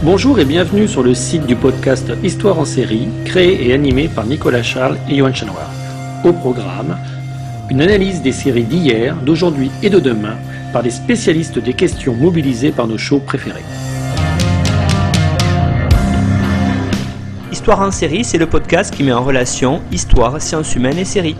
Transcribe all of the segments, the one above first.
Bonjour et bienvenue sur le site du podcast Histoire en série, créé et animé par Nicolas Charles et Yoann Chanoir. Au programme, une analyse des séries d'hier, d'aujourd'hui et de demain par des spécialistes des questions mobilisées par nos shows préférés. Histoire en série, c'est le podcast qui met en relation histoire, sciences humaines et séries.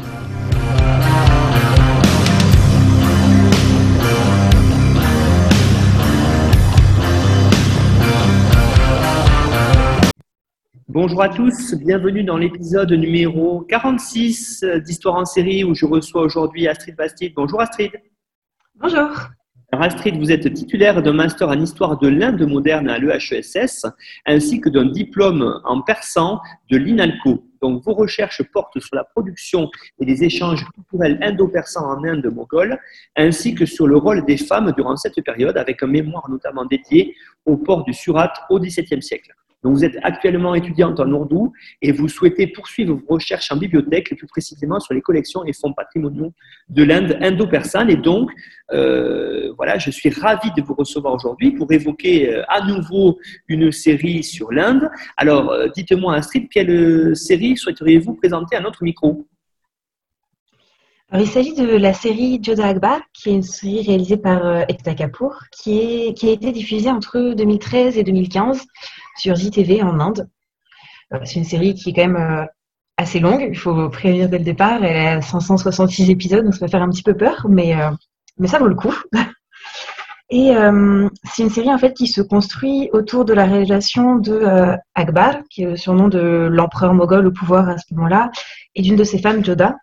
Bonjour à tous, bienvenue dans l'épisode numéro 46 d'Histoire en série où je reçois aujourd'hui Astrid Bastide. Bonjour Astrid. Bonjour. Alors Astrid, vous êtes titulaire d'un master en histoire de l'Inde moderne à l'EHESS ainsi que d'un diplôme en persan de l'INALCO. Donc vos recherches portent sur la production et les échanges culturels indo-persans en Inde moghole ainsi que sur le rôle des femmes durant cette période avec un mémoire notamment dédié au port du Surat au XVIIe siècle. Donc, vous êtes actuellement étudiante en ourdou et vous souhaitez poursuivre vos recherches en bibliothèque, plus précisément sur les collections et fonds patrimoniaux de l'Inde indo-persane. Et donc, voilà, je suis ravi de vous recevoir aujourd'hui pour évoquer à nouveau une série sur l'Inde. Alors, dites-moi, Astrid, quelle série souhaiteriez-vous présenter à notre micro ? Alors, il s'agit de la série Jodha Akbar, qui est une série réalisée par Ekta Kapoor, qui a été diffusée entre 2013 et 2015 sur ZTV en Inde. C'est une série qui est quand même assez longue, il faut prévenir dès le départ. Elle a 566 épisodes, donc ça va faire un petit peu peur, mais ça vaut le coup. Et c'est une série en fait qui se construit autour de la révélation de Akbar, qui est le surnom de l'empereur moghol au pouvoir à ce moment-là, et d'une de ses femmes, Jodha.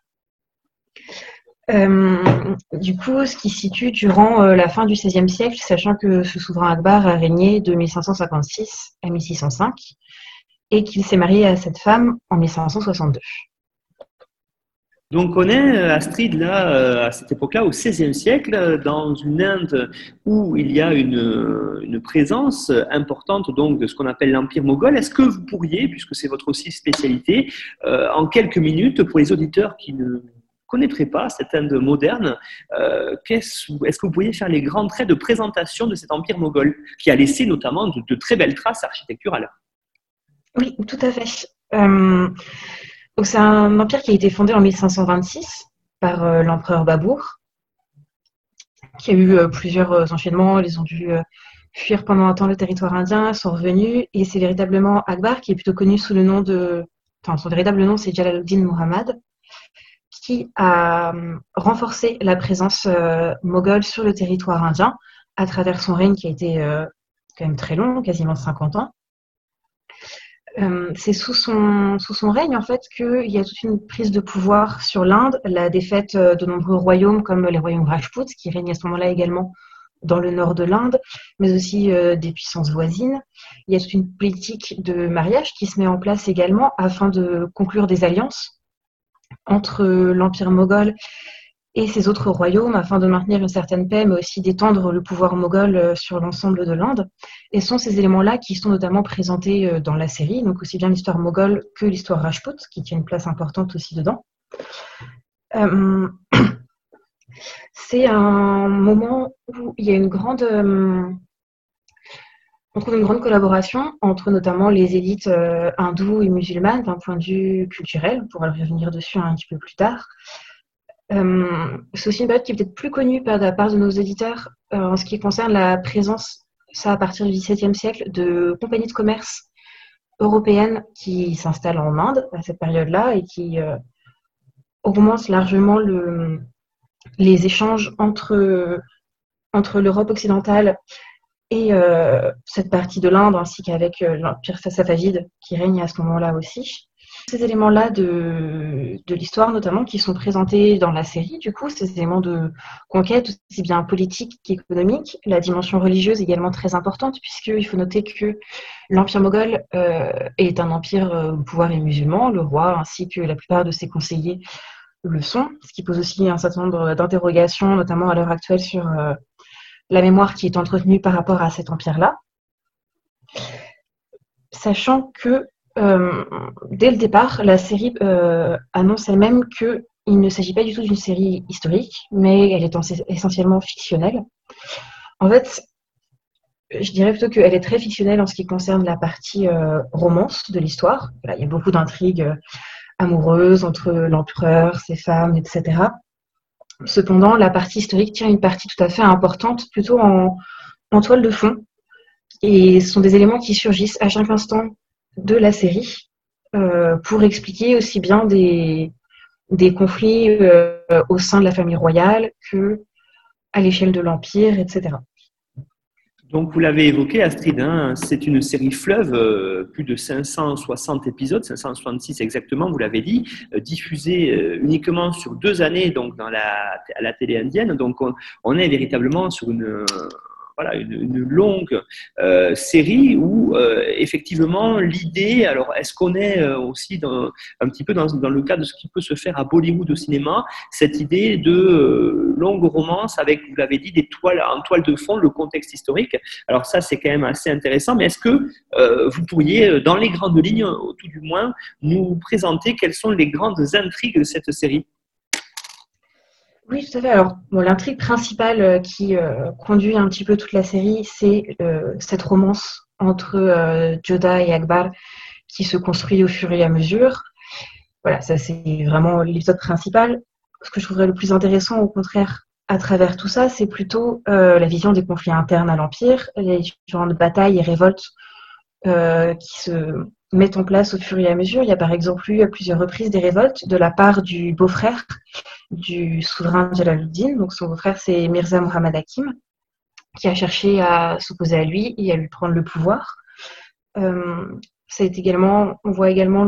Du coup, ce qui se situe durant la fin du XVIe siècle, sachant que ce souverain Akbar a régné de 1556 à 1605 et qu'il s'est marié à cette femme en 1562. Donc on est, Astrid, là, à cette époque-là, au XVIe siècle, dans une Inde où il y a une présence importante donc, de ce qu'on appelle l'Empire moghol. Est-ce que vous pourriez, puisque c'est votre aussi spécialité, en quelques minutes, pour les auditeurs qui ne connaîtraient pas cette Inde moderne, est-ce que vous pourriez faire les grands traits de présentation de cet Empire moghol, qui a laissé notamment de très belles traces architecturales ? Oui, tout à fait. Donc c'est un empire qui a été fondé en 1526 par l'empereur Babur, qui a eu plusieurs enchaînements. Ils ont dû fuir pendant un temps le territoire indien, sont revenus, et c'est véritablement Akbar, qui est plutôt connu sous le nom de... Enfin, son véritable nom, c'est Jalaluddin Muhammad, qui a renforcé la présence moghole sur le territoire indien à travers son règne qui a été quand même très long, quasiment 50 ans. C'est sous son règne en fait qu'il y a toute une prise de pouvoir sur l'Inde, la défaite de nombreux royaumes comme les royaumes Rajputs qui règnent à ce moment-là également dans le nord de l'Inde, mais aussi des puissances voisines. Il y a toute une politique de mariage qui se met en place également afin de conclure des alliances entre l'Empire moghol et ses autres royaumes afin de maintenir une certaine paix, mais aussi d'étendre le pouvoir moghol sur l'ensemble de l'Inde. Et ce sont ces éléments-là qui sont notamment présentés dans la série, donc aussi bien l'histoire moghole que l'histoire Rajput, qui tient une place importante aussi dedans. C'est un moment où il y a on trouve une grande collaboration entre notamment les élites hindoues et musulmanes d'un point de vue culturel. On pourra revenir dessus un petit peu plus tard. C'est aussi une période qui est peut-être plus connue par la part de nos éditeurs en ce qui concerne la présence, ça à partir du XVIIe siècle, de compagnies de commerce européennes qui s'installent en Inde à cette période-là et qui augmentent largement les échanges entre l'Europe occidentale et cette partie de l'Inde, ainsi qu'avec l'Empire safavide qui règne à ce moment-là aussi. Ces éléments-là de l'histoire, notamment, qui sont présentés dans la série, du coup, ces éléments de conquête, aussi bien politique qu'économique, la dimension religieuse également très importante, puisqu'il faut noter que l'Empire moghol est un empire où le pouvoir est musulman, le roi ainsi que la plupart de ses conseillers le sont, ce qui pose aussi un certain nombre d'interrogations, notamment à l'heure actuelle, sur la mémoire qui est entretenue par rapport à cet empire-là. Sachant que dès le départ, la série annonce elle-même qu'il ne s'agit pas du tout d'une série historique, mais elle est essentiellement fictionnelle. En fait, je dirais plutôt qu'elle est très fictionnelle en ce qui concerne la partie romance de l'histoire. Voilà, il y a beaucoup d'intrigues amoureuses entre l'empereur, ses femmes, etc. Cependant, la partie historique tient une partie tout à fait importante, plutôt en toile de fond. Et ce sont des éléments qui surgissent à chaque instant de la série pour expliquer aussi bien des conflits au sein de la famille royale que à l'échelle de l'Empire, etc. Donc, vous l'avez évoqué, Astrid, hein, c'est une série fleuve, plus de 560 épisodes, 566 exactement, vous l'avez dit, diffusée uniquement sur 2 années donc, à la télé indienne. Donc, on est véritablement sur une longue série où effectivement l'idée, alors est-ce qu'on est aussi un petit peu dans le cadre de ce qui peut se faire à Bollywood au cinéma, cette idée de longue romance avec, vous l'avez dit, en toile de fond, le contexte historique. Alors ça c'est quand même assez intéressant, mais est-ce que vous pourriez dans les grandes lignes, tout du moins, nous présenter quelles sont les grandes intrigues de cette série? Oui, tout à fait. Alors, l'intrigue principale qui conduit un petit peu toute la série, c'est cette romance entre Jodha et Akbar qui se construit au fur et à mesure. Voilà, ça c'est vraiment l'épisode principal. Ce que je trouverais le plus intéressant, au contraire, à travers tout ça, c'est plutôt la vision des conflits internes à l'Empire, les différentes batailles et révoltes qui se mettent en place au fur et à mesure. Il y a par exemple eu à plusieurs reprises des révoltes de la part du beau-frère du souverain Jalaluddin. Donc son beau-frère, c'est Mirza Muhammad Hakim, qui a cherché à s'opposer à lui et à lui prendre le pouvoir. On voit également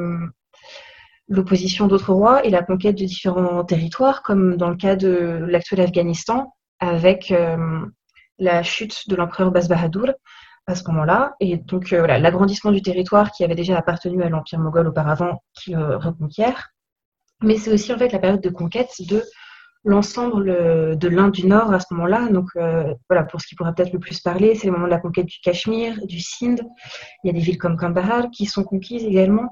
l'opposition d'autres rois et la conquête de différents territoires, comme dans le cas de l'actuel Afghanistan, avec la chute de l'empereur Baz Bahadur à ce moment-là. Et donc, l'agrandissement du territoire qui avait déjà appartenu à l'Empire moghol auparavant, qui le reconquiert. Mais c'est aussi en fait la période de conquête de l'ensemble de l'Inde du Nord à ce moment-là. Donc, pour ce qui pourrait peut-être le plus parler, c'est le moment de la conquête du Cachemire, du Sindh. Il y a des villes comme Kandahar qui sont conquises également.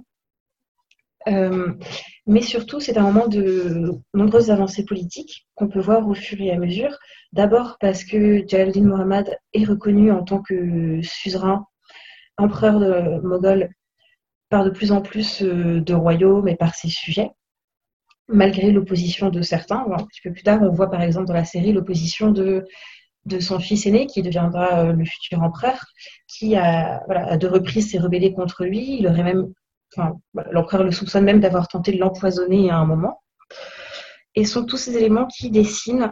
Mais surtout, c'est un moment de nombreuses avancées politiques qu'on peut voir au fur et à mesure. D'abord parce que Jalaluddin Mohammad est reconnu en tant que suzerain, empereur moghol par de plus en plus de royaumes et par ses sujets, malgré l'opposition de certains. Un petit peu plus tard, on voit par exemple dans la série l'opposition de son fils aîné, qui deviendra le futur empereur, qui à 2 reprises s'est rebellé contre lui. Il aurait même l'empereur le soupçonne même d'avoir tenté de l'empoisonner à un moment. Et ce sont tous ces éléments qui dessinent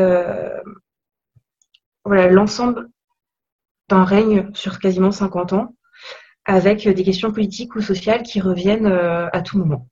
l'ensemble d'un règne sur quasiment 50 ans, avec des questions politiques ou sociales qui reviennent à tout moment.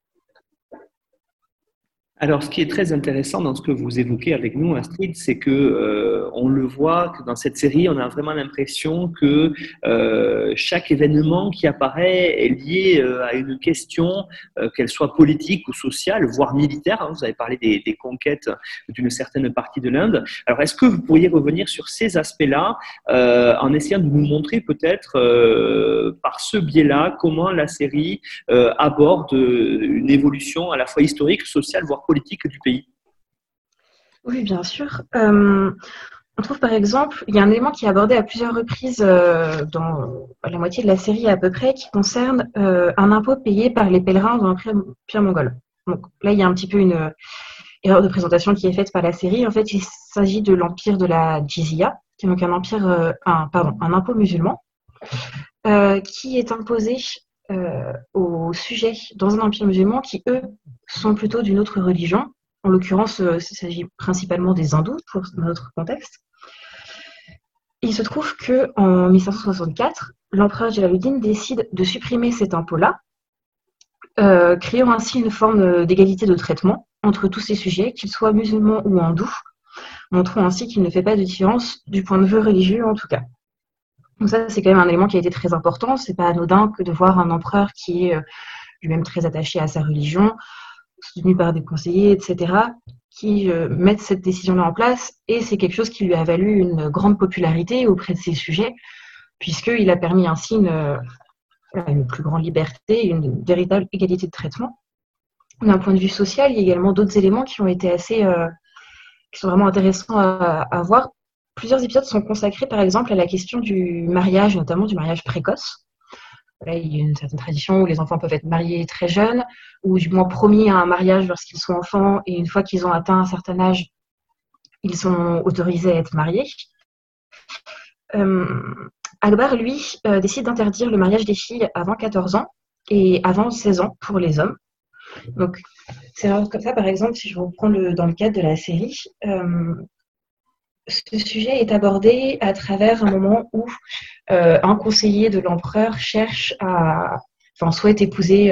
Alors, ce qui est très intéressant dans ce que vous évoquez avec nous, Astrid, c'est que on le voit que dans cette série, on a vraiment l'impression que chaque événement qui apparaît est lié à une question, qu'elle soit politique ou sociale, voire militaire. Hein. Vous avez parlé des conquêtes d'une certaine partie de l'Inde. Alors, est-ce que vous pourriez revenir sur ces aspects-là en essayant de nous montrer peut-être par ce biais-là comment la série aborde une évolution à la fois historique, sociale, voire politique du pays? Oui, bien sûr. On trouve par exemple, il y a un élément qui est abordé à plusieurs reprises dans la moitié de la série à peu près, qui concerne un impôt payé par les pèlerins dans l'Empire mongol. Donc là, il y a un petit peu une erreur de présentation qui est faite par la série. En fait, il s'agit de l'empire de la Jizya, qui est donc un impôt musulman, qui est imposé aux sujets dans un empire musulman qui, eux, sont plutôt d'une autre religion. En l'occurrence, il s'agit principalement des hindous, pour notre contexte. Il se trouve qu'en 1564, l'empereur Jalaluddin décide de supprimer cet impôt-là, créant ainsi une forme d'égalité de traitement entre tous ces sujets, qu'ils soient musulmans ou hindous, montrant ainsi qu'il ne fait pas de différence du point de vue religieux en tout cas. Donc ça, c'est quand même un élément qui a été très important. C'est pas anodin que de voir un empereur qui est lui-même très attaché à sa religion, soutenu par des conseillers, etc., qui mettent cette décision-là en place. Et c'est quelque chose qui lui a valu une grande popularité auprès de ses sujets, puisqu'il a permis ainsi une plus grande liberté, une véritable égalité de traitement. D'un point de vue social, il y a également d'autres éléments qui ont été qui sont vraiment intéressants à voir. plusieurs épisodes sont consacrés par exemple à la question du mariage, notamment du mariage précoce. Voilà, il y a une certaine tradition où les enfants peuvent être mariés très jeunes, ou du moins promis à un mariage lorsqu'ils sont enfants, et une fois qu'ils ont atteint un certain âge, ils sont autorisés à être mariés. Akbar, lui, décide d'interdire le mariage des filles avant 14 ans et avant 16 ans pour les hommes. Donc, c'est comme ça, par exemple, si je reprends dans le cadre de la série, ce sujet est abordé à travers un moment où un conseiller de l'empereur souhaite épouser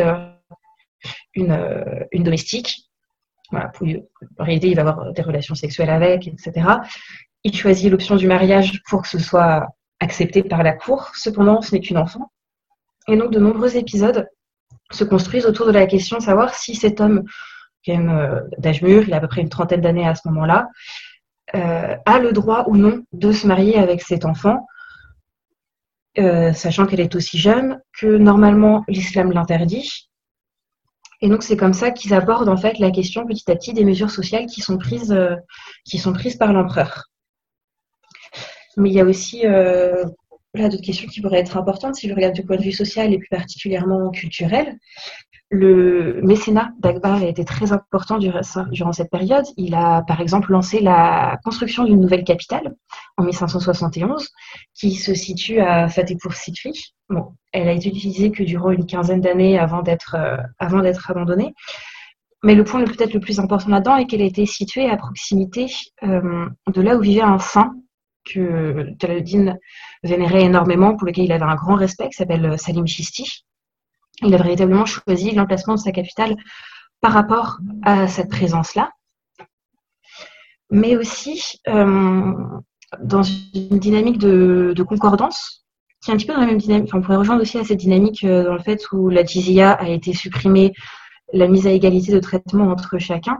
une domestique. Voilà, en réalité, il va avoir des relations sexuelles avec, etc. Il choisit l'option du mariage pour que ce soit accepté par la cour. Cependant, ce n'est qu'une enfant. Et donc, de nombreux épisodes se construisent autour de la question de savoir si cet homme, qui est d'âge mûr, il a à peu près une trentaine d'années à ce moment-là, a le droit ou non de se marier avec cet enfant, sachant qu'elle est aussi jeune, que normalement l'islam l'interdit. Et donc c'est comme ça qu'ils abordent en fait la question petit à petit des mesures sociales qui sont prises par l'empereur. Mais il y a aussi d'autres questions qui pourraient être importantes si je regarde du point de vue social et plus particulièrement culturel. Le mécénat d'Akbar a été très important durant cette période. Il a par exemple lancé la construction d'une nouvelle capitale en 1571 qui se situe à Fatehpur Sikri. Bon, elle a été utilisée que durant une quinzaine d'années avant d'être abandonnée. Mais le point peut-être le plus important là-dedans est qu'elle a été située à proximité de là où vivait un saint que Jalaluddin vénérait énormément, pour lequel il avait un grand respect, qui s'appelle Salim Chisti. Il a véritablement choisi l'emplacement de sa capitale par rapport à cette présence-là. Mais aussi dans une dynamique de concordance, qui est un petit peu dans la même dynamique. Enfin, on pourrait rejoindre aussi à cette dynamique dans le fait où la jizya a été supprimée, la mise à égalité de traitement entre chacun.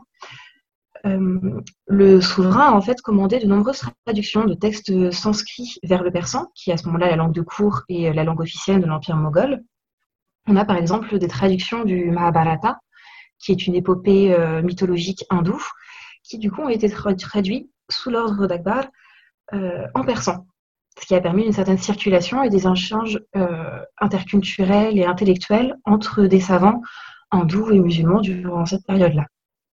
Le souverain a en fait commandé de nombreuses traductions de textes sanscrits vers le persan, qui est à ce moment-là la langue de cour et la langue officielle de l'Empire moghol. On a par exemple des traductions du Mahabharata, qui est une épopée mythologique hindoue, qui du coup ont été traduits sous l'ordre d'Akbar en persan, ce qui a permis une certaine circulation et des échanges interculturels et intellectuels entre des savants hindous et musulmans durant cette période-là.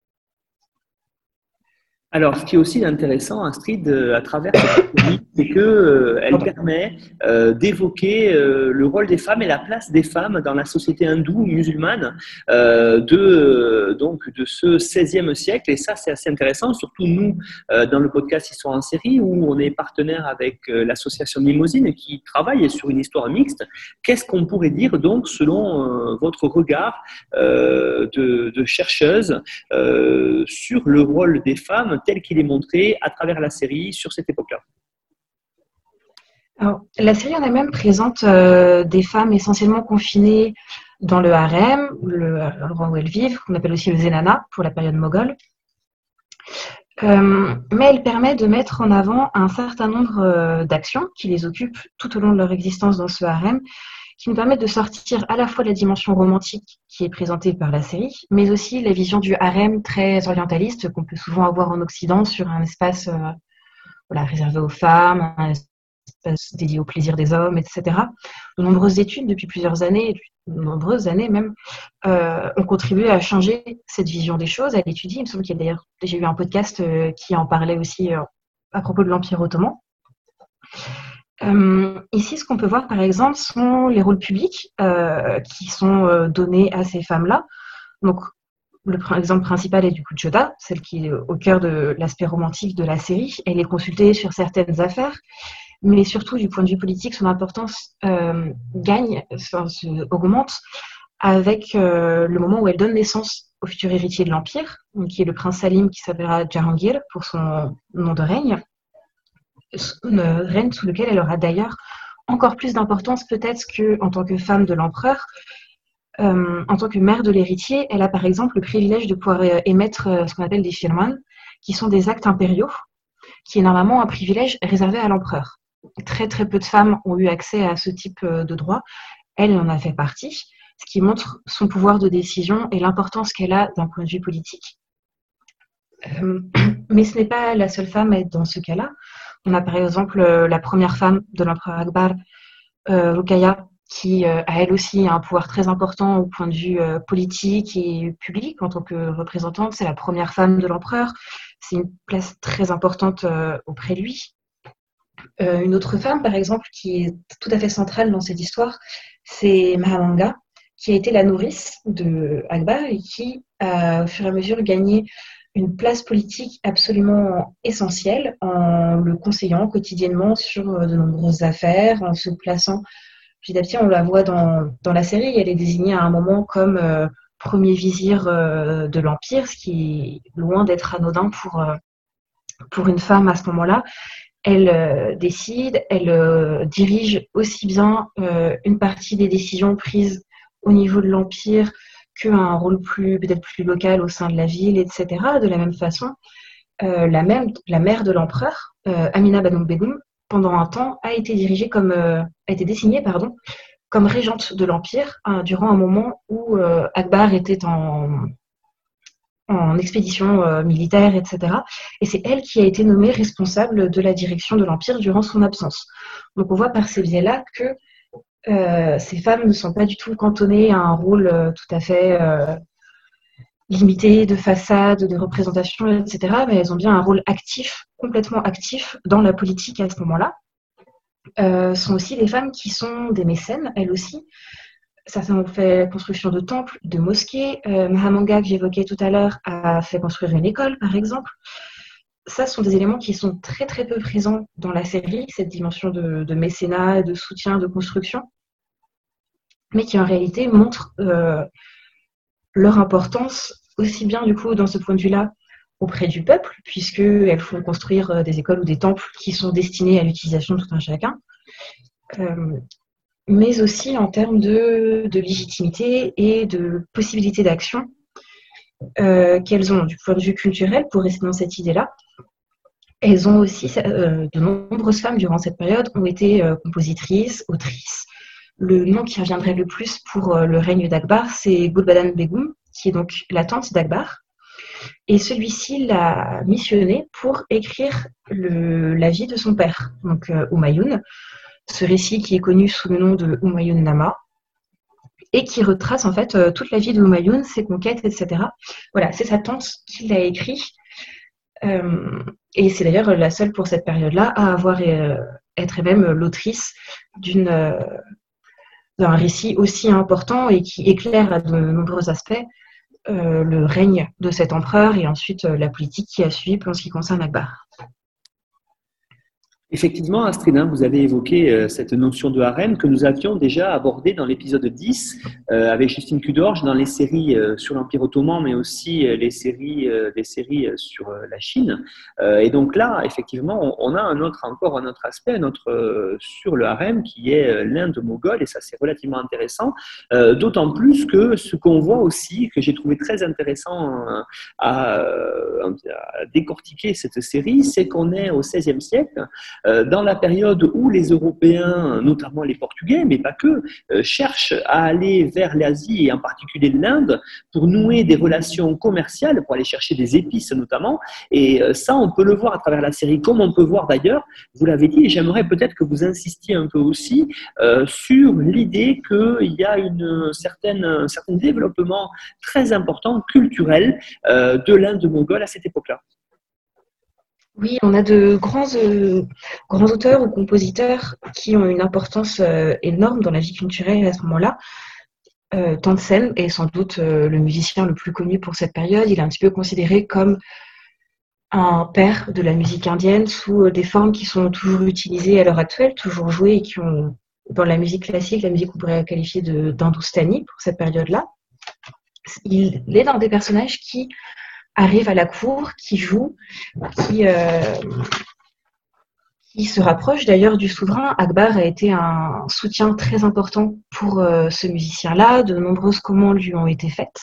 Alors, ce qui est aussi intéressant, Astrid, à travers cette série, c'est qu'elle permet d'évoquer le rôle des femmes et la place des femmes dans la société hindoue musulmane de ce XVIe siècle. Et ça, c'est assez intéressant, surtout nous, dans le podcast Histoire en série, où on est partenaire avec l'association Mimosine qui travaille sur une histoire mixte. Qu'est-ce qu'on pourrait dire, donc, selon votre regard de chercheuse sur le rôle des femmes tel qu'il est montré à travers la série sur cette époque-là? Alors, la série en elle-même présente des femmes essentiellement confinées dans le harem, l'endroit où elles vivent, qu'on appelle aussi le zenana pour la période moghole. Mais elle permet de mettre en avant un certain nombre d'actions qui les occupent tout au long de leur existence dans ce harem, qui nous permettent de sortir à la fois la dimension romantique qui est présentée par la série, mais aussi la vision du harem très orientaliste qu'on peut souvent avoir en Occident sur un espace réservé aux femmes, un espace dédié au plaisir des hommes, etc. De nombreuses études depuis plusieurs années, même, ont contribué à changer cette vision des choses, à l'étudier. Il me semble qu'il y a d'ailleurs déjà eu un podcast qui en parlait aussi à propos de l'Empire ottoman. Ici, ce qu'on peut voir, par exemple, sont les rôles publics qui sont donnés à ces femmes-là. Donc, l'exemple principal est du coup Joda, celle qui est au cœur de l'aspect romantique de la série. Elle est consultée sur certaines affaires, mais surtout, du point de vue politique, son importance augmente avec le moment où elle donne naissance au futur héritier de l'Empire, qui est le prince Salim, qui s'appellera Jahangir pour son nom de règne. Une reine sous lequel elle aura d'ailleurs encore plus d'importance peut-être qu'en tant que femme de l'empereur. En tant que mère de l'héritier, elle a par exemple le privilège de pouvoir émettre ce qu'on appelle des firman, qui sont des actes impériaux, qui est normalement un privilège réservé à l'empereur. Très très peu de femmes ont eu accès à ce type de droit. Elle en a fait partie, ce qui montre son pouvoir de décision et l'importance qu'elle a d'un point de vue politique. Mais ce n'est pas la seule femme à être dans ce cas-là. On a par exemple la première femme de l'empereur Akbar, Ruqayya, qui a elle aussi un pouvoir très important au point de vue politique et public en tant que représentante. C'est la première femme de l'empereur. C'est une place très importante auprès de lui. Une autre femme, par exemple, qui est tout à fait centrale dans cette histoire, c'est Mahamanga, qui a été la nourrice de Akbar et qui a, au fur et à mesure, gagné une place politique absolument essentielle en le conseillant quotidiennement sur de nombreuses affaires, en se plaçant petit à petit. On la voit dans la série, elle est désignée à un moment comme premier vizir de l'Empire, ce qui est loin d'être anodin pour une femme à ce moment-là. Elle décide, elle dirige aussi bien une partie des décisions prises au niveau de l'Empire qu'un rôle peut-être plus local au sein de la ville, etc. De la même façon, la mère de l'empereur, Amina Banu Begum, pendant un temps, a été désignée comme régente de l'Empire durant un moment où Akbar était en expédition militaire, etc. Et c'est elle qui a été nommée responsable de la direction de l'Empire durant son absence. Donc on voit par ces biais-là que ces femmes ne sont pas du tout cantonnées à un rôle tout à fait limité de façade, de représentation, etc. Mais elles ont bien un rôle actif, complètement actif dans la politique à ce moment-là. Sont aussi des femmes qui sont des mécènes, elles aussi. Certains ont fait la construction de temples, de mosquées. Mahamanga, que j'évoquais tout à l'heure, a fait construire une école, par exemple. Ça, ce sont des éléments qui sont très très peu présents dans la série, cette dimension de mécénat, de soutien, de construction, mais qui en réalité montrent leur importance, aussi bien du coup dans ce point de vue-là auprès du peuple, puisqu'elles font construire des écoles ou des temples qui sont destinés à l'utilisation de tout un chacun, mais aussi en termes de légitimité et de possibilité d'action qu'elles ont du point de vue culturel, pour rester dans cette idée-là. Elles ont aussi, de nombreuses femmes durant cette période ont été compositrices, autrices. Le nom qui reviendrait le plus pour le règne d'Akbar, c'est Gulbadan Begum, qui est donc la tante d'Akbar. Et celui-ci l'a missionnée pour écrire la vie de son père, donc Humayun, ce récit qui est connu sous le nom de Humayun Nama, et qui retrace en fait toute la vie de Humayun, ses conquêtes, etc. Voilà, c'est sa tante qui l'a écrit. Et c'est d'ailleurs la seule pour cette période-là à avoir être elle-même l'autrice d'un récit aussi important et qui éclaire à de nombreux aspects le règne de cet empereur et ensuite la politique qui a suivi pour ce qui concerne Akbar. Effectivement, Astrid, vous avez évoqué cette notion de harem que nous avions déjà abordée dans l'épisode 10 avec Justine Cudorge dans les séries sur l'Empire ottoman, mais aussi les séries sur la Chine. Et donc là, effectivement, on a encore un autre aspect sur le harem qui est l'Inde moghole, et ça c'est relativement intéressant, d'autant plus que ce qu'on voit aussi, que j'ai trouvé très intéressant à décortiquer cette série, c'est qu'on est au XVIe siècle, dans la période où les Européens, notamment les Portugais, mais pas que, cherchent à aller vers l'Asie et en particulier l'Inde pour nouer des relations commerciales, pour aller chercher des épices notamment. Et ça, on peut le voir à travers la série, comme on peut voir d'ailleurs, vous l'avez dit, et j'aimerais peut-être que vous insistiez un peu aussi sur l'idée qu'il y a un certain développement très important culturel de l'Inde moghole à cette époque-là. Oui, on a de grands auteurs ou compositeurs qui ont une importance énorme dans la vie culturelle à ce moment-là. Tansen est sans doute le musicien le plus connu pour cette période. Il est un petit peu considéré comme un père de la musique indienne sous des formes qui sont toujours utilisées à l'heure actuelle, toujours jouées et qui ont, dans la musique classique, la musique qu'on pourrait qualifier d'hindoustanie pour cette période-là. Il est dans des personnages qui arrive à la cour, qui joue, qui se rapproche d'ailleurs du souverain. Akbar a été un soutien très important pour ce musicien-là. De nombreuses commandes lui ont été faites.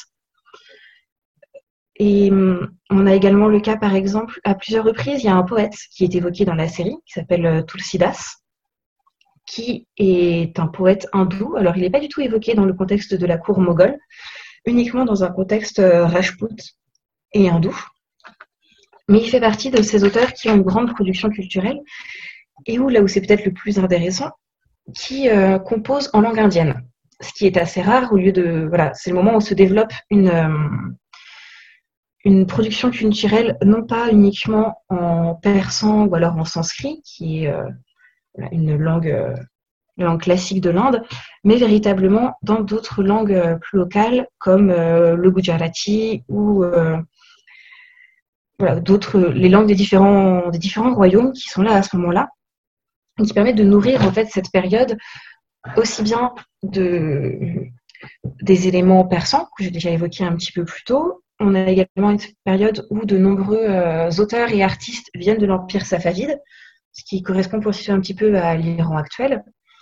Et on a également le cas, par exemple, à plusieurs reprises, il y a un poète qui est évoqué dans la série, qui s'appelle Tulsidas, qui est un poète hindou. Alors, il n'est pas du tout évoqué dans le contexte de la cour moghole, uniquement dans un contexte rajpout et hindou. Mais il fait partie de ces auteurs qui ont une grande production culturelle et où, là où c'est peut-être le plus intéressant, qui composent en langue indienne. Ce qui est assez rare au lieu de... Voilà, c'est le moment où se développe une production culturelle, non pas uniquement en persan ou alors en sanskrit, qui est une langue classique de l'Inde, mais véritablement dans d'autres langues plus locales, comme le gujarati ou voilà, les langues des différents royaumes qui sont là à ce moment-là, et qui permettent de nourrir en fait cette période aussi bien des éléments persans, que j'ai déjà évoqué un petit peu plus tôt. On a également une période où de nombreux auteurs et artistes viennent de l'Empire safavide, ce qui correspond pour situer un petit peu à l'Iran actuel.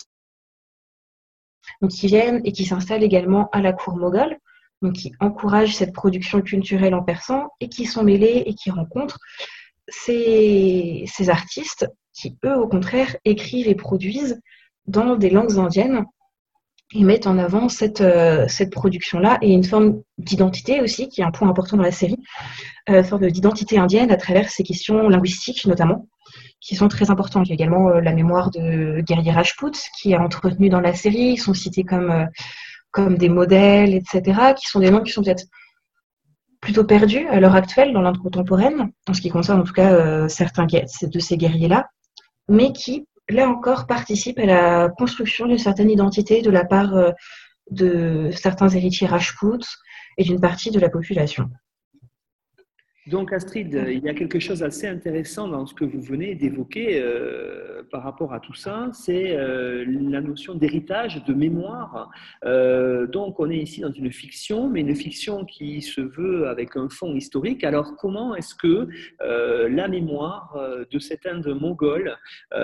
Donc, qui viennent et qui s'installent également à la cour moghole, donc qui encouragent cette production culturelle en persan et qui sont mêlés et qui rencontrent ces artistes qui, eux, au contraire, écrivent et produisent dans des langues indiennes et mettent en avant cette production-là et une forme d'identité aussi, qui est un point important dans la série, forme d'identité indienne à travers ces questions linguistiques notamment, qui sont très importantes. Il y a également la mémoire de guerriers Rajput qui est entretenue dans la série. Ils sont cités comme des modèles, etc., qui sont des noms qui sont peut-être plutôt perdus à l'heure actuelle dans l'Inde contemporaine, en ce qui concerne en tout cas certains de ces guerriers-là, mais qui, là encore, participent à la construction d'une certaine identité de la part de certains héritiers Rajput et d'une partie de la population. Donc Astrid, il y a quelque chose d'assez intéressant dans ce que vous venez d'évoquer par rapport à tout ça, c'est la notion d'héritage, de mémoire. Donc on est ici dans une fiction, mais une fiction qui se veut avec un fond historique. Alors comment est-ce que la mémoire de cette Inde mongole,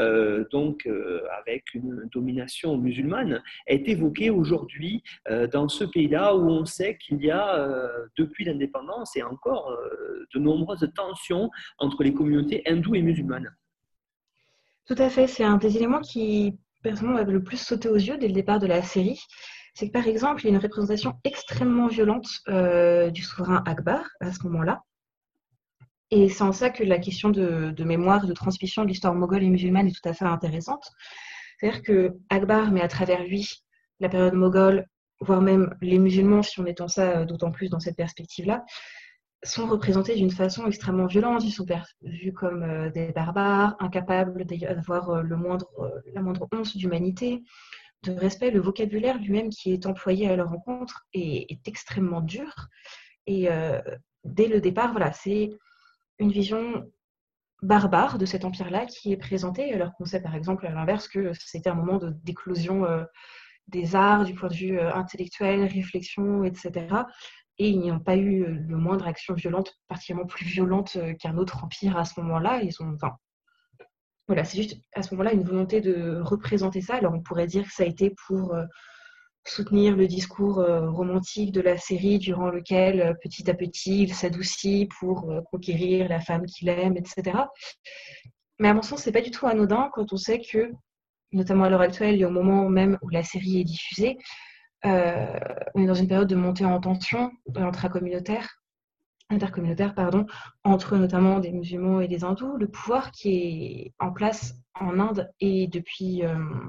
avec une domination musulmane, est évoquée aujourd'hui dans ce pays-là où on sait qu'il y a depuis l'indépendance et encore de nombreuses tensions entre les communautés hindoues et musulmanes. Tout à fait, c'est un des éléments qui, personnellement, m'a le plus sauté aux yeux dès le départ de la série. C'est que, par exemple, il y a une représentation extrêmement violente du souverain Akbar à ce moment-là. Et c'est en ça que la question de mémoire, de transmission de l'histoire moghole et musulmane est tout à fait intéressante. C'est-à-dire que Akbar met à travers lui la période moghole, voire même les musulmans, si on étend ça d'autant plus dans cette perspective-là, sont représentés d'une façon extrêmement violente. Ils sont vus comme des barbares, incapables d'avoir la moindre once d'humanité, de respect. Le vocabulaire lui-même qui est employé à leur rencontre est extrêmement dur. Et dès le départ, voilà, c'est une vision barbare de cet empire-là qui est présentée, alors qu'on sait par exemple à l'inverse que c'était un moment d'éclosion des arts, du point de vue intellectuel, réflexion, etc. Et ils n'ont pas eu le moindre action violente, particulièrement plus violente qu'un autre empire à ce moment-là. Voilà, c'est juste à ce moment-là une volonté de représenter ça. Alors on pourrait dire que ça a été pour soutenir le discours romantique de la série durant lequel petit à petit il s'adoucit pour conquérir la femme qu'il aime, etc. Mais à mon sens, c'est pas du tout anodin quand on sait que, notamment à l'heure actuelle et au moment même où la série est diffusée, on est dans une période de montée en tension intercommunautaire, entre notamment des musulmans et des hindous. Le pouvoir qui est en place en Inde et depuis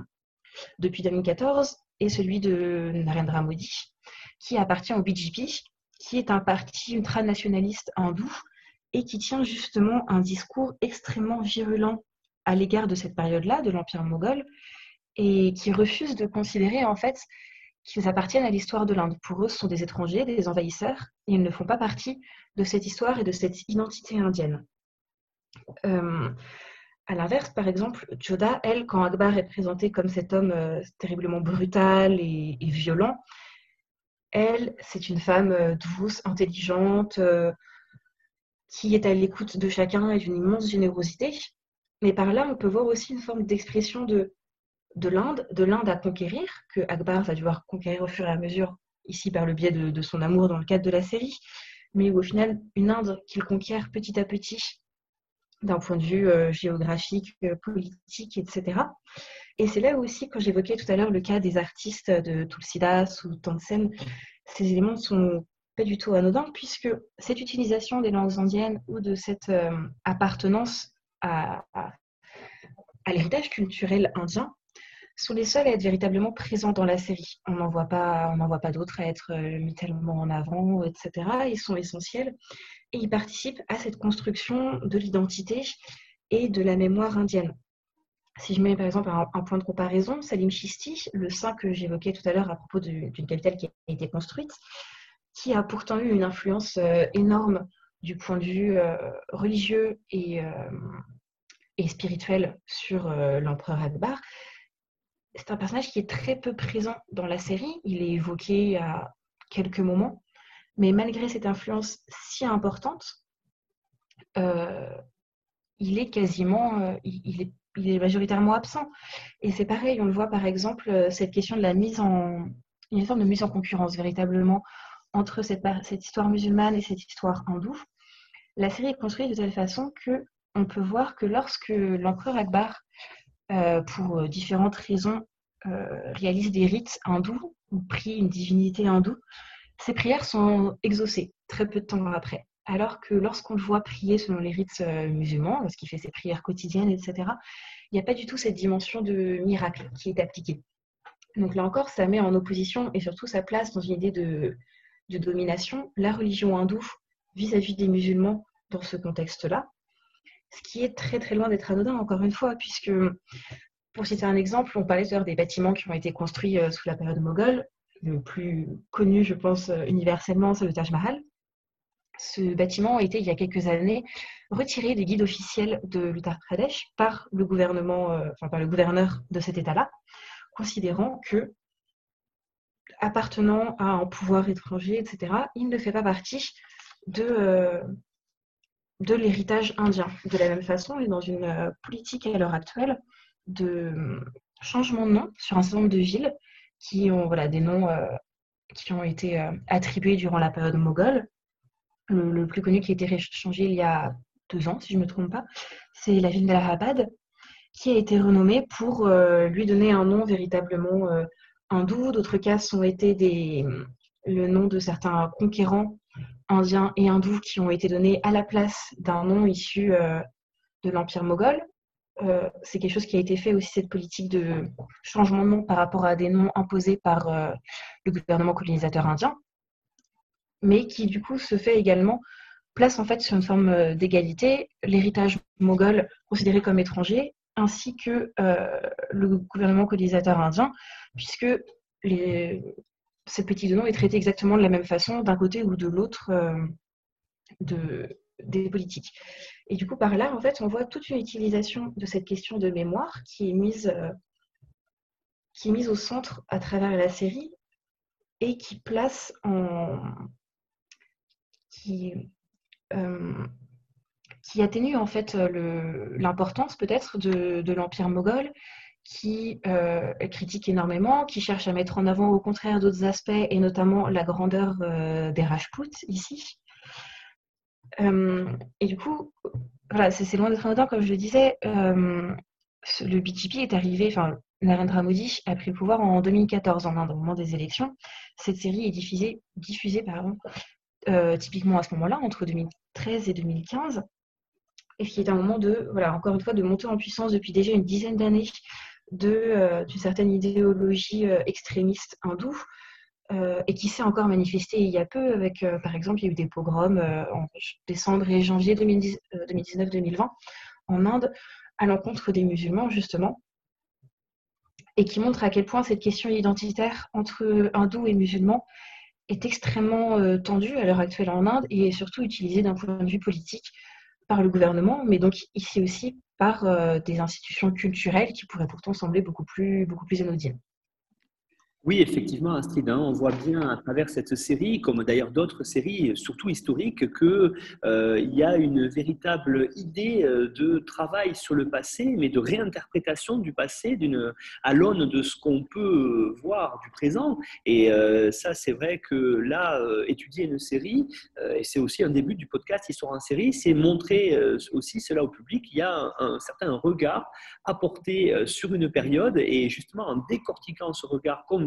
2014 est celui de Narendra Modi, qui appartient au BJP, qui est un parti ultranationaliste hindou et qui tient justement un discours extrêmement virulent à l'égard de cette période-là, de l'Empire moghol, et qui refuse de considérer en fait qu'ils appartiennent à l'histoire de l'Inde. Pour eux, ce sont des étrangers, des envahisseurs, et ils ne font pas partie de cette histoire et de cette identité indienne. À l'inverse, par exemple, Jodha, elle, quand Akbar est présenté comme cet homme terriblement brutal et violent, elle, c'est une femme douce, intelligente, qui est à l'écoute de chacun et d'une immense générosité. Mais par là, on peut voir aussi une forme d'expression de l'Inde à conquérir, que Akbar va devoir conquérir au fur et à mesure, ici par le biais de son amour dans le cadre de la série, mais au final, une Inde qu'il conquiert petit à petit, d'un point de vue géographique, politique, etc. Et c'est là aussi, quand j'évoquais tout à l'heure le cas des artistes de Tulsidas ou Tansen, ces éléments sont pas du tout anodin, puisque cette utilisation des langues indiennes ou de cette appartenance à l'héritage culturel indien sont les seuls à être véritablement présents dans la série. On n'en voit pas d'autres à être mis tellement en avant, etc. Ils sont essentiels et ils participent à cette construction de l'identité et de la mémoire indienne. Si je mets par exemple un point de comparaison, Salim Chisti, le saint que j'évoquais tout à l'heure à propos d'une capitale qui a été construite, qui a pourtant eu une influence énorme du point de vue religieux et spirituel sur l'empereur Akbar, c'est un personnage qui est très peu présent dans la série. Il est évoqué à quelques moments, mais malgré cette influence si importante, il est quasiment, il est majoritairement absent. Et c'est pareil, on le voit par exemple, cette question de la une forme de mise en concurrence véritablement entre cette histoire musulmane et cette histoire hindoue. La série est construite de telle façon que on peut voir que lorsque l'empereur Akbar, pour différentes raisons, réalise des rites hindous ou prie une divinité hindoue, ses prières sont exaucées très peu de temps après. Alors que lorsqu'on le voit prier selon les rites musulmans, lorsqu'il fait ses prières quotidiennes, etc., il n'y a pas du tout cette dimension de miracle qui est appliquée. Donc là encore, ça met en opposition et surtout ça place dans une idée de domination la religion hindoue vis-à-vis des musulmans dans ce contexte-là, ce qui est très très loin d'être anodin, encore une fois, puisque, pour citer un exemple, on parlait tout à l'heure des bâtiments qui ont été construits sous la période moghole. Le plus connu, je pense, universellement, c'est le Taj Mahal. Ce bâtiment a été, il y a quelques années, retiré des guides officiels de l'Uttar Pradesh par le gouvernement, par le gouverneur de cet État-là, considérant que, appartenant à un pouvoir étranger, etc., il ne fait pas partie de l'héritage indien. De la même façon, et dans une politique à l'heure actuelle de changement de nom sur un certain nombre de villes qui ont des noms qui ont été attribués durant la période moghole. Le plus connu qui a été changé il y a 2 ans, si je ne me trompe pas, c'est la ville d'Allahabad, qui a été renommée pour lui donner un nom véritablement hindou. D'autres cas ont été le nom de certains conquérants indiens et hindous qui ont été donnés à la place d'un nom issu de l'Empire moghol. C'est quelque chose qui a été fait aussi, cette politique de changement de nom par rapport à des noms imposés par le gouvernement colonisateur indien, mais qui du coup se fait également, place en fait sur une forme d'égalité l'héritage moghol considéré comme étranger, ainsi que le gouvernement colonisateur indien, puisque cette politique de nom est traitée exactement de la même façon d'un côté ou de l'autre des politiques. Et du coup, par là, en fait, on voit toute une utilisation de cette question de mémoire qui est mise au centre à travers la série et qui place qui atténue en fait l'importance peut-être de l'Empire moghol, qui critique énormément, qui cherche à mettre en avant au contraire d'autres aspects, et notamment la grandeur des Rajputs ici. Et du coup, voilà, c'est loin d'être anodin, comme je le disais. Le BJP est arrivé, enfin, Narendra Modi a pris le pouvoir en 2014 en Inde, au moment des élections. Cette série est diffusée typiquement à ce moment-là, entre 2013 et 2015, et qui est un moment encore une fois, de montée en puissance depuis déjà une dizaine d'années d'une certaine idéologie extrémiste hindoue, et qui s'est encore manifestée il y a peu avec, par exemple, il y a eu des pogroms en décembre et janvier 2019-2020 en Inde à l'encontre des musulmans, justement, et qui montre à quel point cette question identitaire entre hindous et musulmans est extrêmement tendue à l'heure actuelle en Inde et surtout utilisée d'un point de vue politique par le gouvernement, mais donc ici aussi par des institutions culturelles qui pourraient pourtant sembler beaucoup plus anodines. Oui, effectivement, Astrid, on voit bien à travers cette série, comme d'ailleurs d'autres séries, surtout historiques, qu'il y a une véritable idée de travail sur le passé, mais de réinterprétation du passé à l'aune de ce qu'on peut voir du présent. Et ça, c'est vrai que là, étudier une série, et c'est aussi un début du podcast Histoire en série, c'est montrer aussi cela au public. Il y a un certain regard apporté sur une période, et justement en décortiquant ce regard comme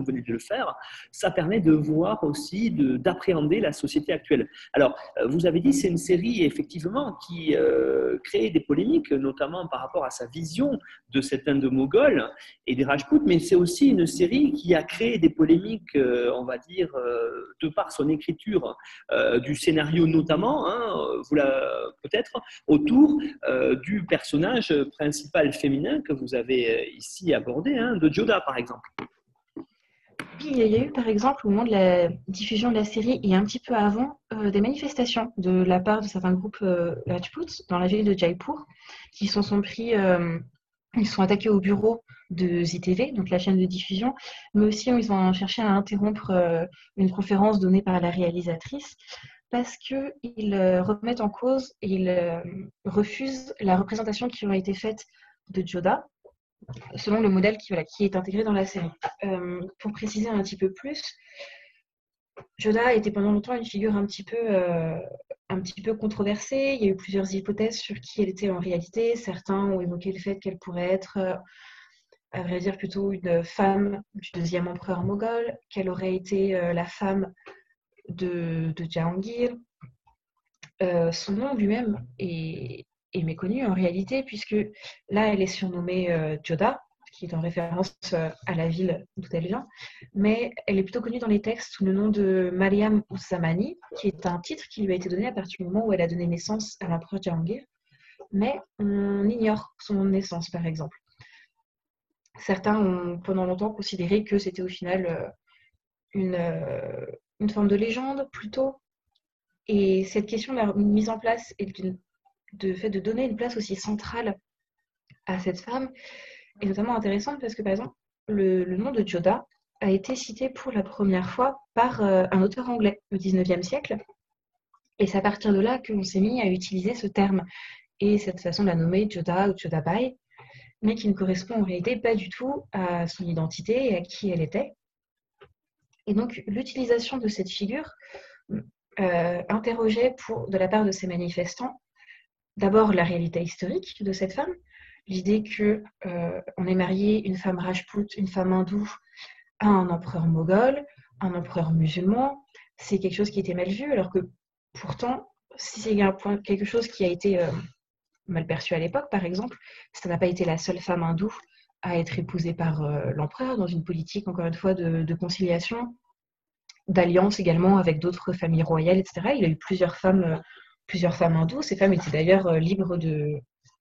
venez de le faire, ça permet de voir aussi, d'appréhender la société actuelle. Alors, vous avez dit c'est une série effectivement qui crée des polémiques, notamment par rapport à sa vision de cet Inde-Moghol et des Rajputs, mais c'est aussi une série qui a créé des polémiques, on va dire, de par son écriture, du scénario notamment, hein, peut-être, autour du personnage principal féminin que vous avez ici abordé, hein, de Joda par exemple. Puis, il y a eu par exemple au moment de la diffusion de la série et un petit peu avant des manifestations de la part de certains groupes Rajputs dans la ville de Jaipur qui s'en sont pris, ils sont attaqués au bureau de ZTV, donc la chaîne de diffusion, mais aussi ils ont cherché à interrompre une conférence donnée par la réalisatrice parce qu'ils remettent en cause et ils refusent la représentation qui aurait été faite de Joda selon le modèle qui est intégré dans la série. Pour préciser un petit peu plus, Joda était pendant longtemps une figure un petit peu controversée. Il y a eu plusieurs hypothèses sur qui elle était en réalité. Certains ont évoqué le fait qu'elle pourrait être, à vrai dire, plutôt une femme du deuxième empereur moghol, qu'elle aurait été la femme de Jahangir. Son nom lui-même est méconnue en réalité, puisque là, elle est surnommée Joda, qui est en référence à la ville d'où elle vient, mais elle est plutôt connue dans les textes sous le nom de Mariam Uzamani, qui est un titre qui lui a été donné à partir du moment où elle a donné naissance à l'empereur Jahangir, mais on ignore son naissance, par exemple. Certains ont pendant longtemps considéré que c'était au final une forme de légende, plutôt, et cette question de la mise en place et de fait de donner une place aussi centrale à cette femme est notamment intéressante parce que, par exemple, le nom de Joda a été cité pour la première fois par un auteur anglais au XIXe siècle. Et c'est à partir de là qu'on s'est mis à utiliser ce terme et cette façon de la nommer Joda ou Jodabai, mais qui ne correspond en réalité pas du tout à son identité et à qui elle était. Et donc, l'utilisation de cette figure interrogeait de la part de ces manifestants d'abord la réalité historique de cette femme, l'idée qu'on ait marié une femme rajput, une femme hindoue, à un empereur moghol, un empereur musulman, c'est quelque chose qui était mal vu, alors que pourtant, si c'est quelque chose qui a été mal perçu à l'époque, par exemple, ça n'a pas été la seule femme hindoue à être épousée par l'empereur dans une politique, encore une fois, de conciliation, d'alliance également avec d'autres familles royales, etc. Il a eu plusieurs femmes hindoues. Ces femmes étaient d'ailleurs libres de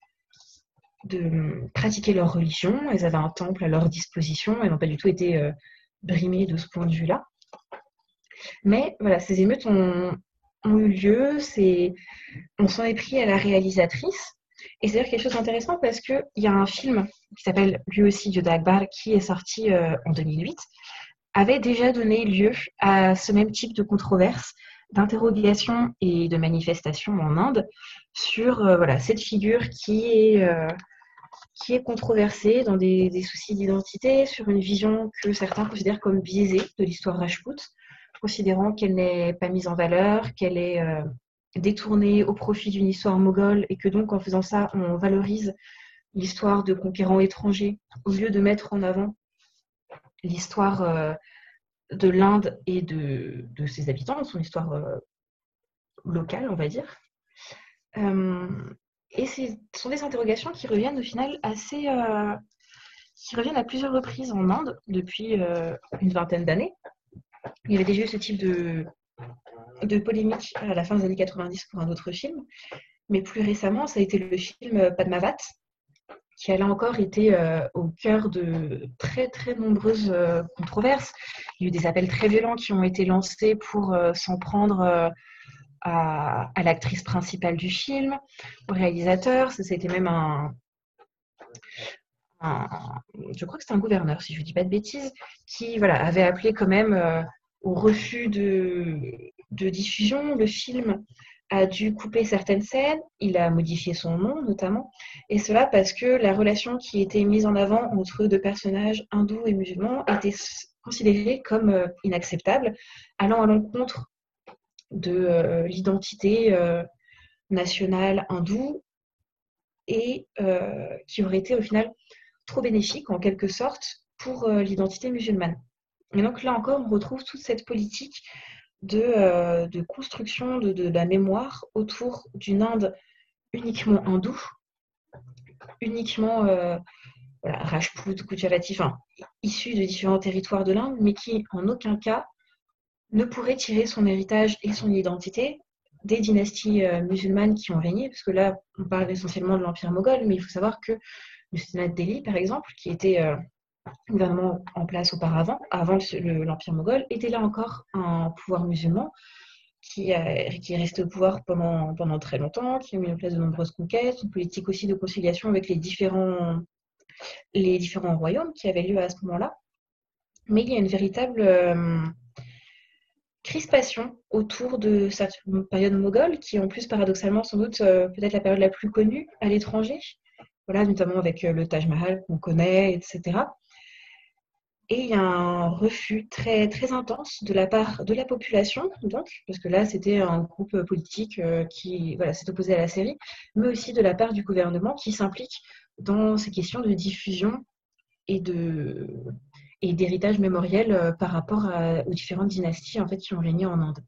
pratiquer leur religion. Elles avaient un temple à leur disposition. Elles n'ont pas du tout été brimées de ce point de vue-là. Mais voilà, ces émeutes ont eu lieu. On s'en est pris à la réalisatrice. Et c'est d'ailleurs quelque chose d'intéressant parce qu'il y a un film qui s'appelle lui aussi Joda Akbar qui est sorti en 2008, avait déjà donné lieu à ce même type de controverse, d'interrogation et de manifestation en Inde sur cette figure qui est controversée dans des soucis d'identité, sur une vision que certains considèrent comme biaisée de l'histoire rajpoute, considérant qu'elle n'est pas mise en valeur, qu'elle est détournée au profit d'une histoire moghole et que donc en faisant ça, on valorise l'histoire de conquérants étrangers au lieu de mettre en avant l'histoire de l'Inde et de ses habitants, son histoire locale, on va dire. Et ce sont des interrogations qui reviennent au final qui reviennent à plusieurs reprises en Inde depuis une vingtaine d'années. Il y avait déjà eu ce type de polémique à la fin des années 90 pour un autre film, mais plus récemment, ça a été le film Padmavat, qui a là encore été au cœur de très très nombreuses controverses. Il y a eu des appels très violents qui ont été lancés pour s'en prendre à l'actrice principale du film, au réalisateur. C'était même je crois que c'était un gouverneur, si je ne dis pas de bêtises, qui avait appelé quand même au refus de diffusion. Le film a dû couper certaines scènes, il a modifié son nom notamment, et cela parce que la relation qui était mise en avant entre deux personnages hindous et musulmans était considérée comme inacceptable, allant à l'encontre de l'identité nationale hindoue et qui aurait été au final trop bénéfique en quelque sorte pour l'identité musulmane. Et donc là encore, on retrouve toute cette politique de construction de la mémoire autour d'une Inde uniquement hindoue, uniquement voilà, Rajput, Gujarati, enfin, issus de différents territoires de l'Inde, mais qui en aucun cas ne pourrait tirer son héritage et son identité des dynasties musulmanes qui ont régné, parce que là, on parle essentiellement de l'Empire moghol, mais il faut savoir que le Sultanat de Delhi, par exemple, qui était gouvernement en place auparavant, avant l'Empire moghol, était là encore un pouvoir musulman qui est resté au pouvoir pendant très longtemps, qui a mis en place de nombreuses conquêtes, une politique aussi de conciliation avec les différents royaumes qui avaient lieu à ce moment-là. Mais il y a une véritable crispation autour de cette période moghole, qui en plus paradoxalement sans doute peut-être la période la plus connue à l'étranger, voilà, notamment avec le Taj Mahal qu'on connaît, etc. Et il y a un refus très, très intense de la part de la population, donc, parce que là, c'était un groupe politique qui voilà, s'est opposé à la série, mais aussi de la part du gouvernement qui s'implique dans ces questions de diffusion et d'héritage mémoriel par rapport aux différentes dynasties en fait, qui ont régné en Inde.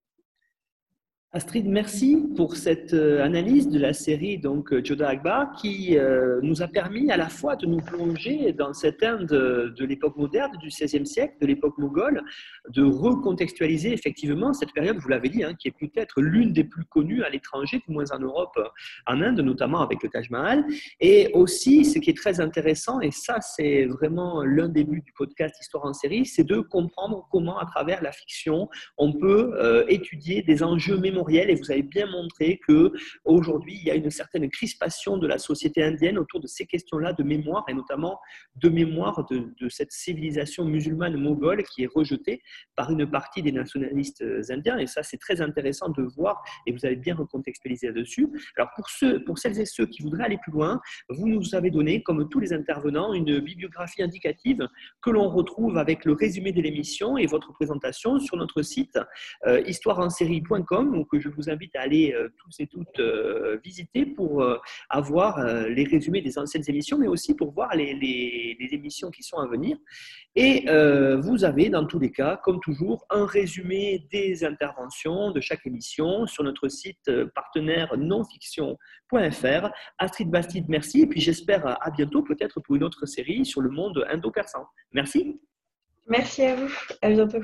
Astrid, merci pour cette analyse de la série donc Jodha Akbar qui nous a permis à la fois de nous plonger dans cette Inde de l'époque moderne, du XVIe siècle, de l'époque moghole, de recontextualiser effectivement cette période, vous l'avez dit, hein, qui est peut-être l'une des plus connues à l'étranger, du moins en Europe, en Inde, notamment avec le Taj Mahal. Et aussi, ce qui est très intéressant, et ça c'est vraiment l'un des buts du podcast Histoire en série, c'est de comprendre comment à travers la fiction, on peut étudier des enjeux mémoriels. Et vous avez bien montré qu'aujourd'hui, il y a une certaine crispation de la société indienne autour de ces questions-là de mémoire, et notamment de mémoire de cette civilisation musulmane moghole qui est rejetée par une partie des nationalistes indiens. Et ça, c'est très intéressant de voir, et vous avez bien recontextualisé là-dessus. Alors, pour celles et ceux qui voudraient aller plus loin, vous nous avez donné, comme tous les intervenants, une bibliographie indicative que l'on retrouve avec le résumé de l'émission et votre présentation sur notre site histoireensérie.com, que je vous invite à aller tous et toutes visiter pour avoir les résumés des anciennes émissions, mais aussi pour voir les émissions qui sont à venir. Et vous avez, dans tous les cas, comme toujours, un résumé des interventions de chaque émission sur notre site partenaire nonfiction.fr. Astrid Bastide, merci. Et puis j'espère à bientôt, peut-être pour une autre série sur le monde indo-persan. Merci. Merci à vous. À bientôt.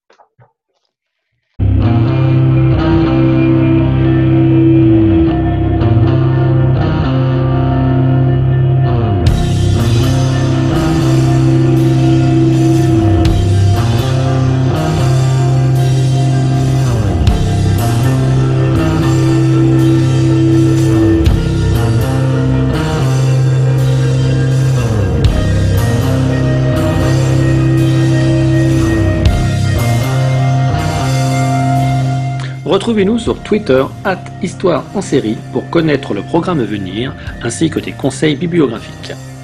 Retrouvez-nous sur Twitter @Histoire en série pour connaître le programme à venir ainsi que des conseils bibliographiques.